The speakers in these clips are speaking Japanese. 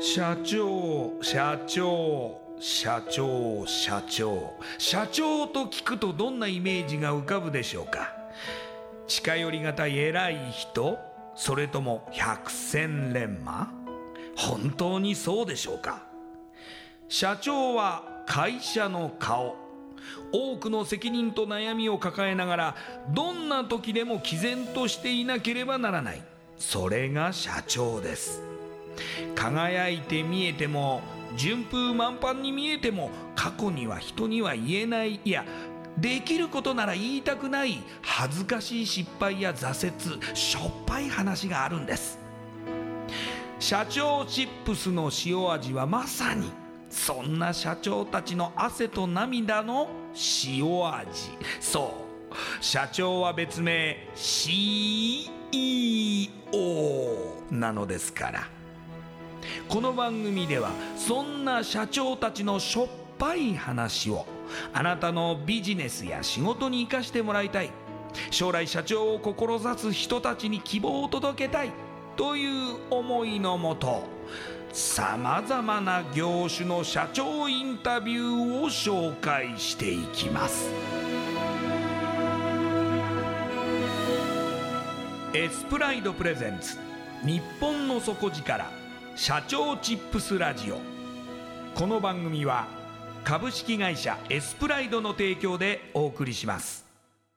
社長社長社長社長社長と聞くとどんなイメージが浮かぶでしょうか。近寄りがたい偉い人、それとも百戦錬磨。本当にそうでしょうか。社長は会社の顔、多くの責任と悩みを抱えながらどんな時でも毅然としていなければならない、それが社長です。輝いて見えても順風満帆に見えても、過去には人には言えない、いやできることなら言いたくない恥ずかしい失敗や挫折、しょっぱい話があるんです。社長チップスの塩味はまさにそんな社長たちの汗と涙の塩味。そう社長は別名 CEO なのですから。この番組ではそんな社長たちのしょっぱい話をあなたのビジネスや仕事に生かしてもらいたい、将来社長を志す人たちに希望を届けたいという思いのもと、さまざまな業種の社長インタビューを紹介していきます。エスプライドプレゼンツ、日本の底力社長チップスラジオ。この番組は株式会社エスプライドの提供でお送りします。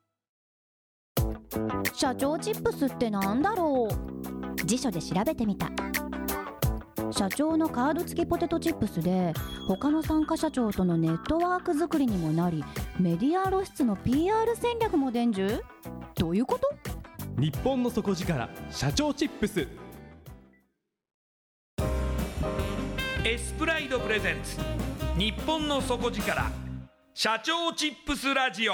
社長チップスってなんだろう。辞書で調べてみた。社長のカード付きポテトチップスで、他の参加社長とのネットワーク作りにもなり、メディア露出の PR 戦略も伝授。どういうこと？ 日本の底力社長チップス。 エスプライドプレゼンツ、日本の底力社長チップスラジオ。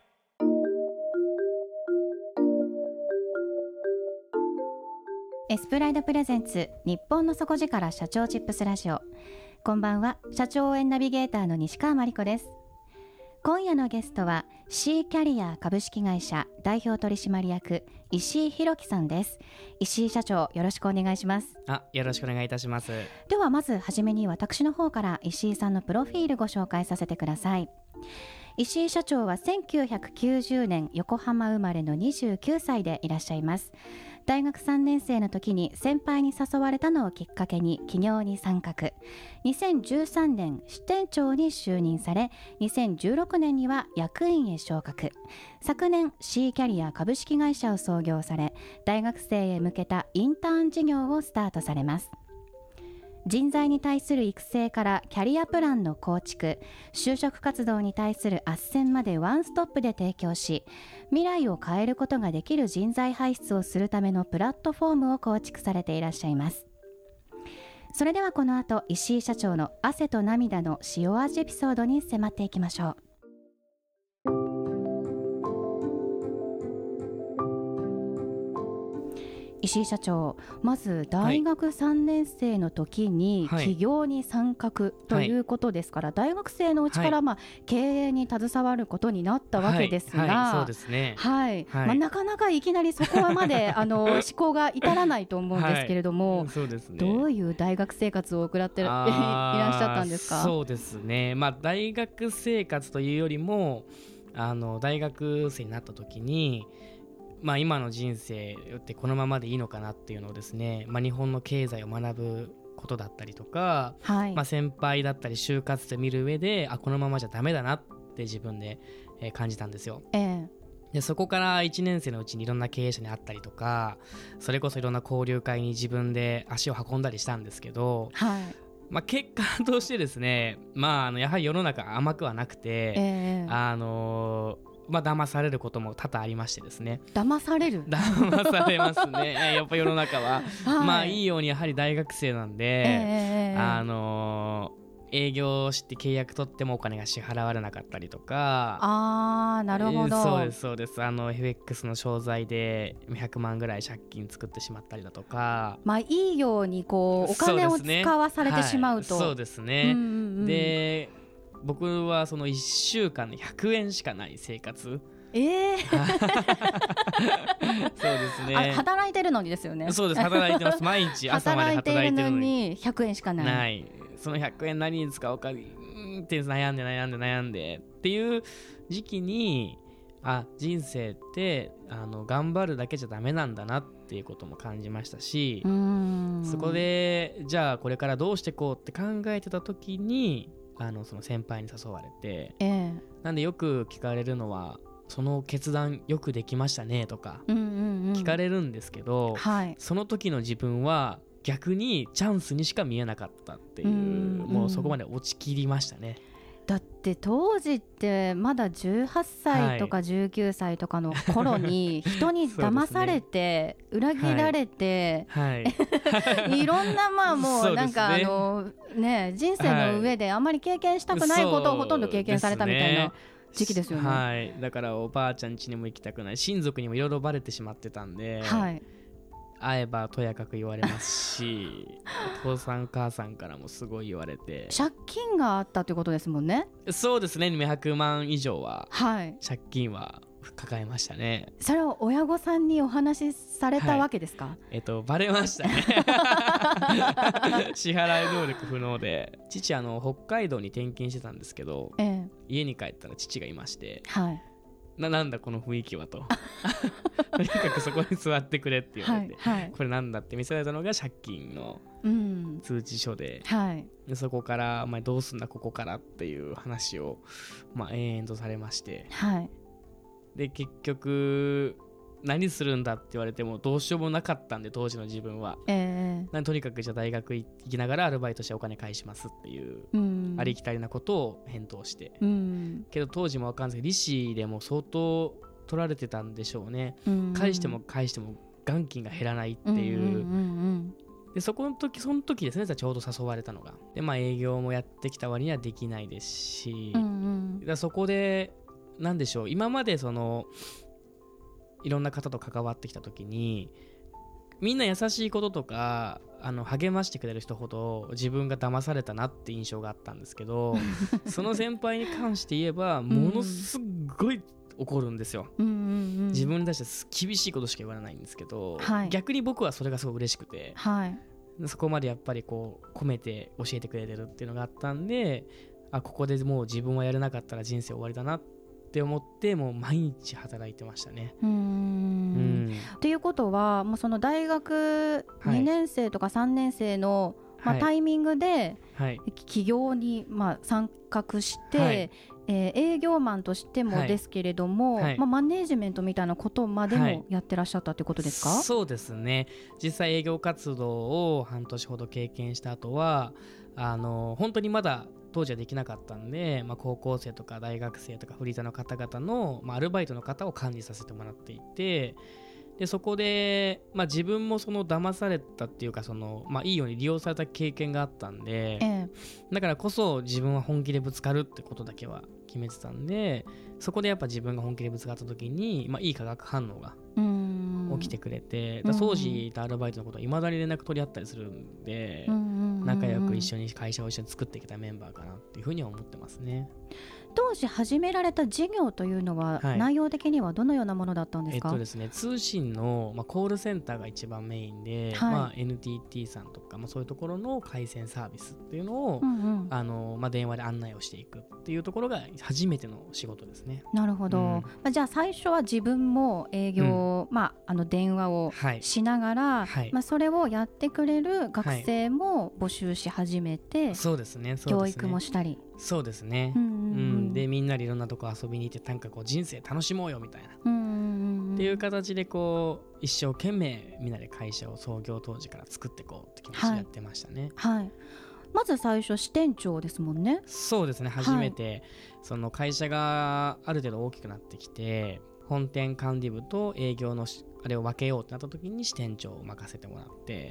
エスプライドプレゼンツ、日本の底力社長チップスラジオ。こんばんは、社長応援ナビゲーターの西川真理子です。今夜のゲストは C キャリア株式会社代表取締役石井宏樹さんです。石井社長、よろしくお願いします。 よろしくお願いいたします。 ではまずはじめに私の方から石井さんのプロフィールご紹介させてください。石井社長は1990年横浜生まれの29歳でいらっしゃいます。大学3年生の時に先輩に誘われたのをきっかけに起業に参画。2013年支店長に就任され、2016年には役員へ昇格。昨年 C キャリア株式会社を創業され、大学生へ向けたインターン事業をスタートされます。人材に対する育成からキャリアプランの構築、就職活動に対する斡旋までワンストップで提供し、未来を変えることができる人材輩出をするためのプラットフォームを構築されていらっしゃいます。それではこの後、石井社長の汗と涙の塩味エピソードに迫っていきましょう。石井社長、まず大学3年生の時に起業に参画ということですから、大学生のうちから経営に携わることになったわけですが、 そうですね。 なかなかいきなりそこまで思考が至らないと思うんですけれども、 そうですね。 どういう大学生活を送らっていらっしゃったんですか？ そうですね、大学生活というよりも大学生になった時に今の人生ってこのままでいいのかなっていうのをですね、日本の経済を学ぶことだったりとか、先輩だったり就活生見る上でこのままじゃダメだなって自分で感じたんですよ。でそこから1年生のうちにいろんな経営者に会ったりとか、それこそいろんな交流会に自分で足を運んだりしたんですけど、結果としてですね、やはり世の中甘くはなくて、騙されることも多々ありましてですね。 騙されますねやっぱ世の中は、いいようにやはり大学生なんで、営業して契約取ってもお金が支払われなかったりとか。 なるほど。 そうです。FX の商材で100万ぐらい借金作ってしまったりだとか、 いいようにお金を使わされてしまうと。 そうですね、で僕はその1週間で100円しかない生活そうですね。 働いてるのにですよね。 そうです、働いてます。毎日朝まで働いてるのに 100円しかない。 その100円何に使おうかって悩んでっていう時期に、人生って頑張るだけじゃダメなんだなっていうことも感じましたし、そこでじゃあこれからどうしていこうって考えてた時にその先輩に誘われて、なんでよく聞かれるのはその決断よくできましたねとか聞かれるんですけど、その時の自分は逆にチャンスにしか見えなかったっていう、もうそこまで落ちきりましたね。 だって当時ってまだ18歳とか19歳とかの頃に人に騙されて裏切られて、いろんなもうなんか人生の上であんまり経験したくないことをほとんど経験されたみたいな時期ですよね。 だからおばあちゃん家にも行きたくない、親族にもいろいろバレてしまってたんで、会えばとやかく言われますしお父さん母さんからもすごい言われて、 借金があったということですもんね。 そうですね、200万以上は借金は抱えましたね。 それを親御さんにお話しされたわけですか？ バレましたね支払い能力不能で、父北海道に転勤してたんですけど、家に帰ったら父がいまして、なんだこの雰囲気はととにかくそこに座ってくれって言われて、これなんだって見せられたのが借金の通知書で、でそこからお前どうすんだここからっていう話を、延々とされまして、で結局何するんだって言われてもどうしようもなかったんで、当時の自分は、とにかくじゃあ大学行きながらアルバイトしてお金返しますっていう、ありきたりなことを返答して、けど当時も分かんないですけど利子でも相当取られてたんでしょうね。返しても元金が減らないっていう、でその時ですね、ちょうど誘われたのがで、営業もやってきた割にはできないですし、だそこでなんでしょう、今までいろんな方と関わってきた時にみんな優しいこととか励ましてくれる人ほど自分が騙されたなって印象があったんですけどその先輩に関して言えばものすごい怒るんですよ、自分に対して厳しいことしか言われないんですけど、逆に僕はそれがすごく嬉しくて、そこまでやっぱり込めて教えてくれてるっていうのがあったんで、ここでもう自分はやれなかったら人生終わりだなって思って、もう毎日働いてましたね。 ということはもうその大学2年生とか3年生の、タイミングで起業に参画して、営業マンとしてもですけれども、マネージメントみたいなことまでもやってらっしゃったということですか？ そうですね、実際営業活動を半年ほど経験した後は本当にまだ当時はできなかったんで、高校生とか大学生とかフリーターの方々の、アルバイトの方を管理させてもらっていて、でそこで、自分も騙されたっていうかいいように利用された経験があったんで、だからこそ自分は本気でぶつかるってことだけは決めてたんで、そこでやっぱ自分が本気でぶつかった時に、いい化学反応が起きてくれて、当時いたアルバイトのことはいまだに連絡取り合ったりするんで、仲良く一緒に会社を一緒に作ってきたメンバーかなっていうふうには思ってますね。 当時始められた事業というのは、内容的にはどのようなものだったんですか？ ですね、通信の、コールセンターが一番メインで、NTT さんとか、そういうところの回線サービスっていうのを、電話で案内をしていくっていうところが初めての仕事ですね。 なるほど、じゃあ最初は自分も営業、電話をしながら、それをやってくれる学生も募集し始めて、 そうですね、 教育もしたり。 そうですね、でみんなでいろんなとこ遊びに行ってなんか人生楽しもうよみたいな、っていう形で一生懸命みんなで会社を創業当時から作っていこうって気持ちでやってましたね。 まず最初支店長ですもんね。 そうですね、初めて、その会社がある程度大きくなってきて、本店管理部と営業のあれを分けようってなった時に支店長を任せてもらって、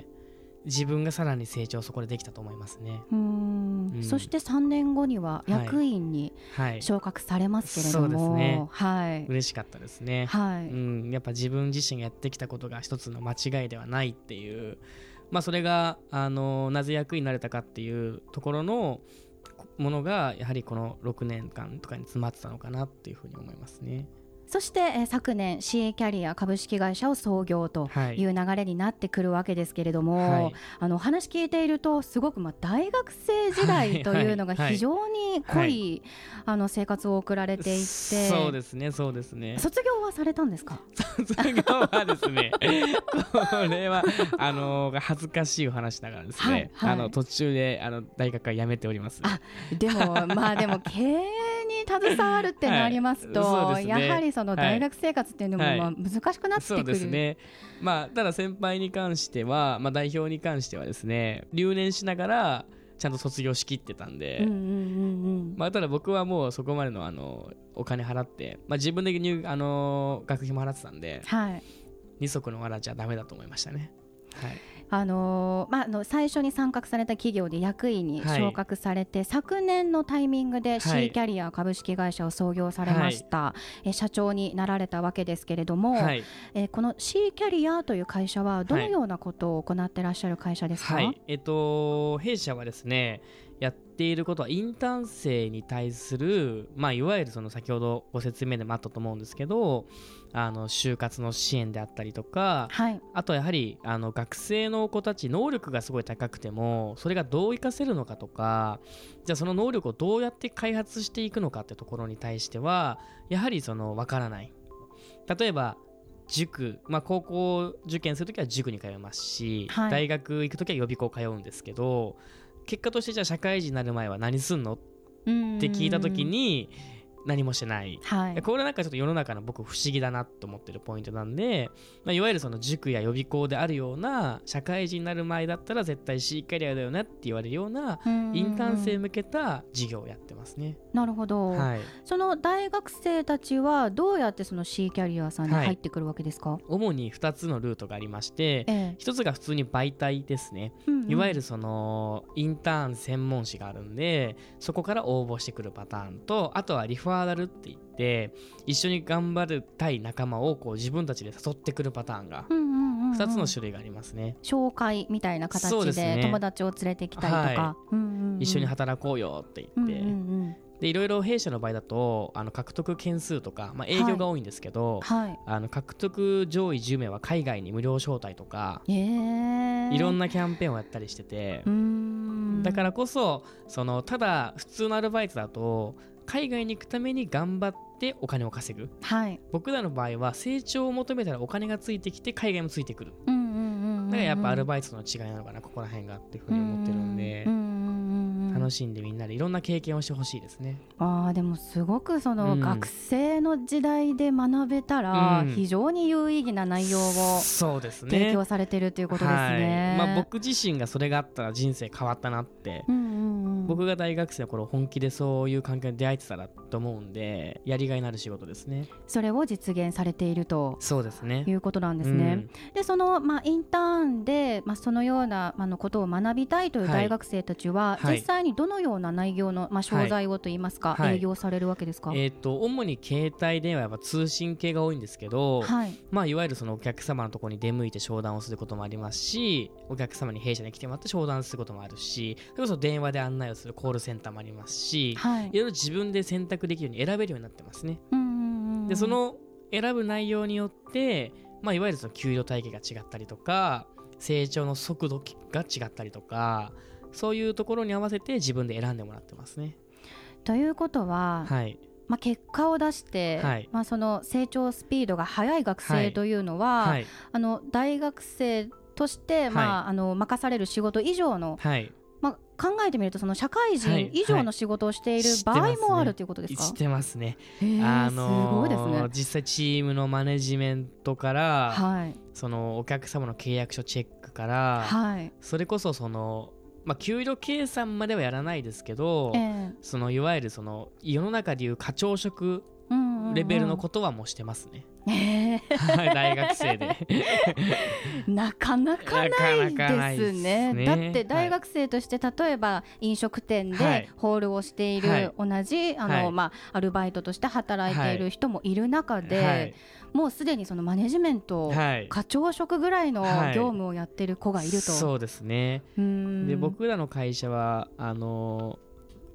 自分がさらに成長そこでできたと思いますね。 そして3年後には役員に昇格されますけれども、 そうですね、嬉しかったですね。やっぱ自分自身がやってきたことが一つの間違いではないっていう、それがなぜ役員になれたかっていうところのものがやはりこの6年間とかに詰まってたのかなっていうふうに思いますね。 そして、昨年 CA キャリア株式会社を創業という流れになってくるわけですけれども、お話聞いているとすごく大学生時代というのが非常に濃い、生活を送られていて、 そうですねそうですね。 卒業はされたんですか？ 卒業はですねこれは恥ずかしいお話ながらですね、途中で大学から辞めております。 でも経営に携わるってなりますとやはりその大学生活っていうのも難しくなってくる、 そうですね。ただ先輩に関しては、代表に関してはですね留年しながらちゃんと卒業しきってたんで、ただ僕はもうそこまでのお金払って、自分で学費も払ってたんで、二足のわらじゃダメだと思いましたね。 最初に参画された企業で役員に昇格されて、昨年のタイミングで C キャリア株式会社を創業されました、社長になられたわけですけれども、この C キャリアという会社はどのようなことを行っていらっしゃる会社ですか？ 弊社はですねやっていることはインターン生に対する、いわゆるその先ほどご説明でもあったと思うんですけど就活の支援であったりとか、あとはやはり学生の子たち能力がすごい高くてもそれがどう活かせるのかとか、じゃあその能力をどうやって開発していくのかってところに対してはやはり分からない。例えば塾、高校受験するときは塾に通いますし、大学行くときは予備校通うんですけど、結果としてじゃあ社会人になる前は何すんのって聞いたときに何もしてない、これなんかちょっと世の中の僕不思議だなと思ってるポイントなんで、いわゆるその塾や予備校であるような社会人になる前だったら絶対 C キャリアだよねって言われるようなインターン生向けた事業をやってますね。 なるほど、その大学生たちはどうやってその C キャリアさんに入ってくるわけですか？ 主に2つのルートがありまして、1つが普通に媒体ですね、いわゆるそのインターン専門誌があるんでそこから応募してくるパターンと、あとはリファーラルって言って一緒に頑張るたい仲間を自分たちで誘ってくるパターンが2つの種類がありますね。 紹介みたいな形で友達を連れてきたりとか、 一緒に働こうよって言って、でいろいろ弊社の場合だと獲得件数とか、営業が多いんですけど、獲得上位10名は海外に無料招待とか、いろんなキャンペーンをやったりしてて、だからこそただ普通のアルバイトだと海外に行くために頑張ってお金を稼ぐ、僕らの場合は成長を求めたらお金がついてきて海外もついてくる、だからやっぱアルバイトの違いなのかなここら辺がっていうふうに思ってるんで、楽しんでみんなでいろんな経験をしてほしいですね。 でもすごく学生の時代で学べたら非常に有意義な内容を提供されてるということですね。 僕自身がそれがあったら人生変わったなって、僕が大学生の頃本気でそういう環境に出会えてたらと思うんでやりがいのある仕事ですね。 それを実現されているとそうですねいうことなんですね。でインターンで、そのようなことを学びたいという大学生たちは、実際にどのような内容の、商材をといいますか、営業されるわけですか？ 主に携帯電話は通信系が多いんですけど、いわゆるそのお客様のところに出向いて商談をすることもありますし、お客様に弊社に来てもらって商談することもあるし、それこそ電話で案内をするコールセンターもありますし、いろいろ自分で選択できるように選べるようになってますね。でその選ぶ内容によって、いわゆるその給与体系が違ったりとか成長の速度が違ったりとか、そういうところに合わせて自分で選んでもらってますね。 ということは、結果を出して、その成長スピードが速い学生というのは、大学生として、任される仕事以上の、考えてみるとその社会人以上の仕事をしている場合もあるということですか？ してますね。 すごいですね。 実際チームのマネジメントから、そのお客様の契約書チェックから、それこそ給料計算まではやらないですけど、いわゆる世の中でいう課長職レベルのことはもうしてますね。大学生でなかなかないですね。だって大学生として例えば飲食店でホールをしている、同じアルバイトとして働いている人もいる中で、もうすでにそのマネジメント、課長職ぐらいの業務をやってる子がいると、 そうですね。で僕らの会社は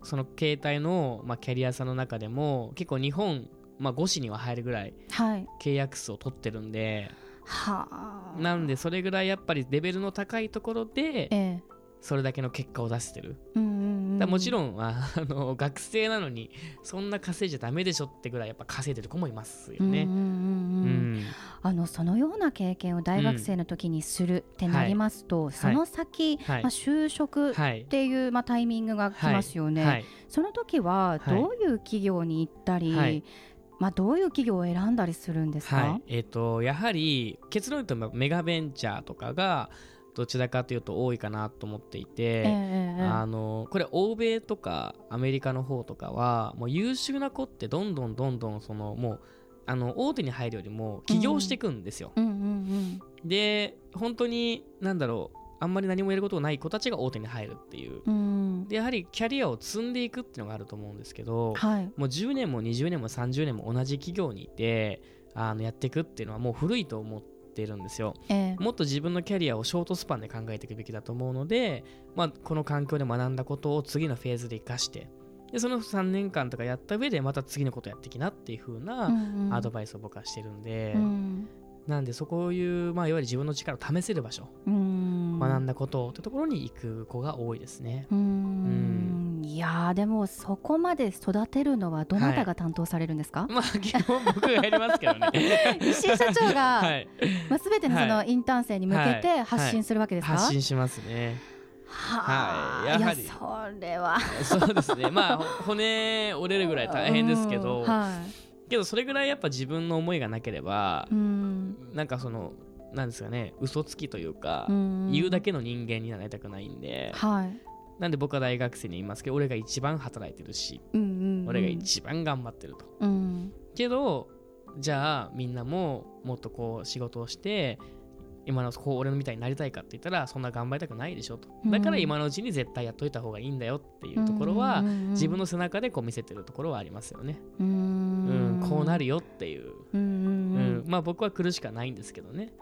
その携帯の、キャリアさんの中でも結構日本、5市には入るぐらい契約数を取ってるんで、なんでそれぐらいやっぱりレベルの高いところで、それだけの結果を出してる。もちろん学生なのにそんな稼いじゃダメでしょってぐらいやっぱ稼いでる子もいますよね。 そのような経験を大学生の時にするってなりますと、その先、就職っていう、タイミングが来ますよね。その時はどういう企業に行ったり、どういう企業を選んだりするんですか？ やはり結論言うとメガベンチャーとかがどちらかというと多いかなと思っていて、これ欧米とかアメリカの方とかはもう優秀な子ってどんどんそのもう大手に入るよりも起業していくんですよ。で本当にあんまり何もやることがない子たちが大手に入るっていう、でやはりキャリアを積んでいくっていうのがあると思うんですけど、もう10年も20年も30年も同じ企業にいてやっていくっていうのはもう古いと思っているんですよ。もっと自分のキャリアをショートスパンで考えていくべきだと思うので、この環境で学んだことを次のフェーズで生かして、でその3年間とかやった上でまた次のことやってきなっていう風なアドバイスを僕はしてるんで、なんでそういう、いわゆる自分の力を試せる場所、学んだことってところに行く子が多いですね。 いやでもそこまで育てるのはどなたが担当されるんですか？ 基本僕がやりますけどね。 石井社長が、全てのそのインターン生に向けて発信するわけですか？ 発信しますね。 やはりそれはそうですね。骨折れるぐらい大変ですけど、けどそれぐらいやっぱ自分の思いがなければ、なんですかね、嘘つきというか、言うだけの人間になりたくないんで、なんで僕は大学生に言いますけど、俺が一番働いてるし、俺が一番頑張ってると、けどじゃあみんなももっとこう仕事をして今の俺のみたいになりたいかって言ったらそんな頑張りたくないでしょと。だから今のうちに絶対やっといた方がいいんだよっていうところは、自分の背中でこう見せてるところはありますよね。こうなるよっていう、僕は来るしかないんですけどね。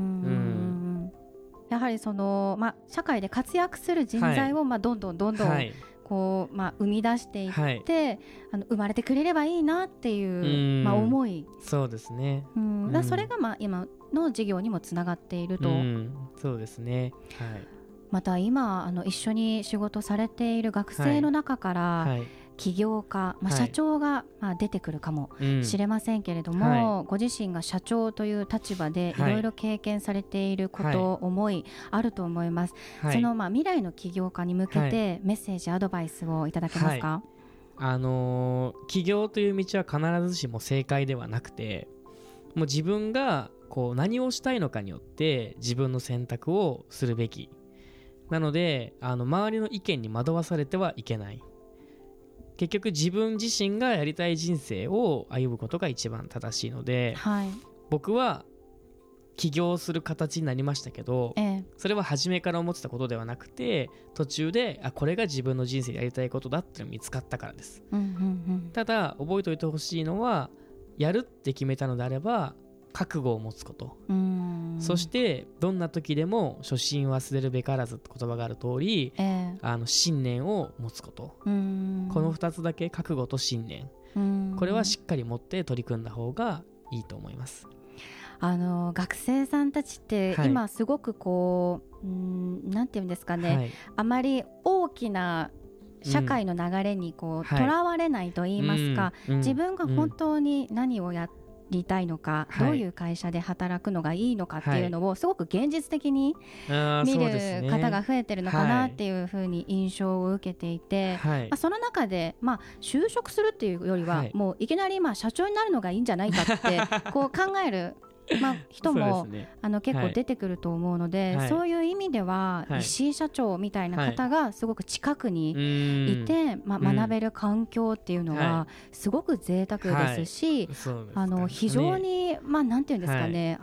やはりその、社会で活躍する人材を、どんどんこう、生み出していって、生まれてくれればいいなっていう、思い。 そうですね。 それが今の事業にもつながっていると。 そうですね。 また今一緒に仕事されている学生の中から、起業家、社長が出てくるかもしれませんけれども、ご自身が社長という立場でいろいろ経験されていること、思いあると思います。その未来の起業家に向けてメッセージ、アドバイスをいただけますか？ 起業という道は必ずしも正解ではなくて、もう自分がこう何をしたいのかによって自分の選択をするべきなので、周りの意見に惑わされてはいけない。結局自分自身がやりたい人生を歩むことが一番正しいので、僕は起業する形になりましたけど、それは初めから思ってたことではなくて、途中でこれが自分の人生でやりたいことだっていうのが見つかったからです。ただ覚えておいてほしいのは、やるって決めたのであれば覚悟を持つこと、そしてどんな時でも初心忘れるべからずって言葉がある通り、信念を持つこと、この2つだけ、覚悟と信念、これはしっかり持って取り組んだ方がいいと思います。 学生さんたちって今すごくこう、なんていうんですかね、あまり大きな社会の流れにとらわれないと言いますか、自分が本当に何をやりたいのか、どういう会社で働くのがいいのかっていうのをすごく現実的に見る方が増えてるのかなっていうふうに印象を受けていて、その中で就職するっていうよりはもういきなり社長になるのがいいんじゃないかってこう考える人も結構出てくると思うので、そういう意味では石井社長みたいな方がすごく近くにいて学べる環境っていうのはすごく贅沢ですし、非常になんていうんですかね、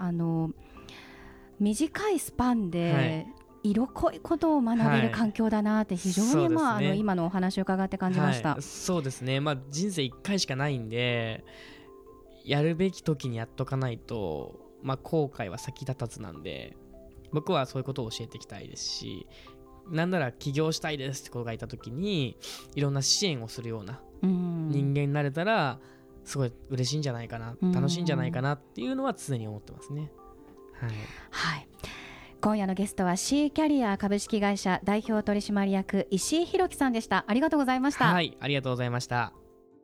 短いスパンで色濃いことを学べる環境だなって非常に今のお話を伺って感じました。 そうですね。人生1回しかないんで、やるべき時にやっとかないと、後悔は先立たずなんで、僕はそういうことを教えていきたいですし、 なんなら起業したいですって子がいた時にいろんな支援をするような人間になれたらすごい嬉しいんじゃないかな、楽しいんじゃないかなっていうのは常に思ってますね。はい、 はい、今夜のゲストは C キャリア株式会社代表取締役石井宏樹さんでした。ありがとうございました。 はい、ありがとうございました。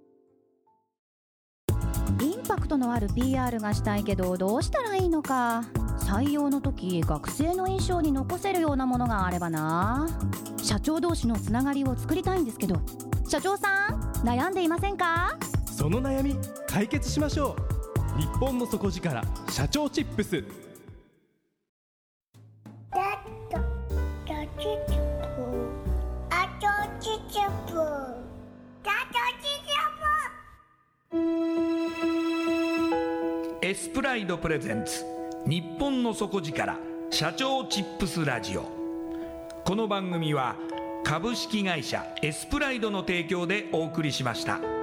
インパクトのある PR がしたいけどどうしたらいいのか。採用の時学生の印象に残せるようなものがあればな。社長同士のつながりを作りたいんですけど、社長さん悩んでいませんか？ その悩み解決しましょう。日本の底力社長チップス。 エスプライドプレゼンツ日本の底力社長チップスラジオ。この番組は株式会社エスプライドの提供でお送りしました。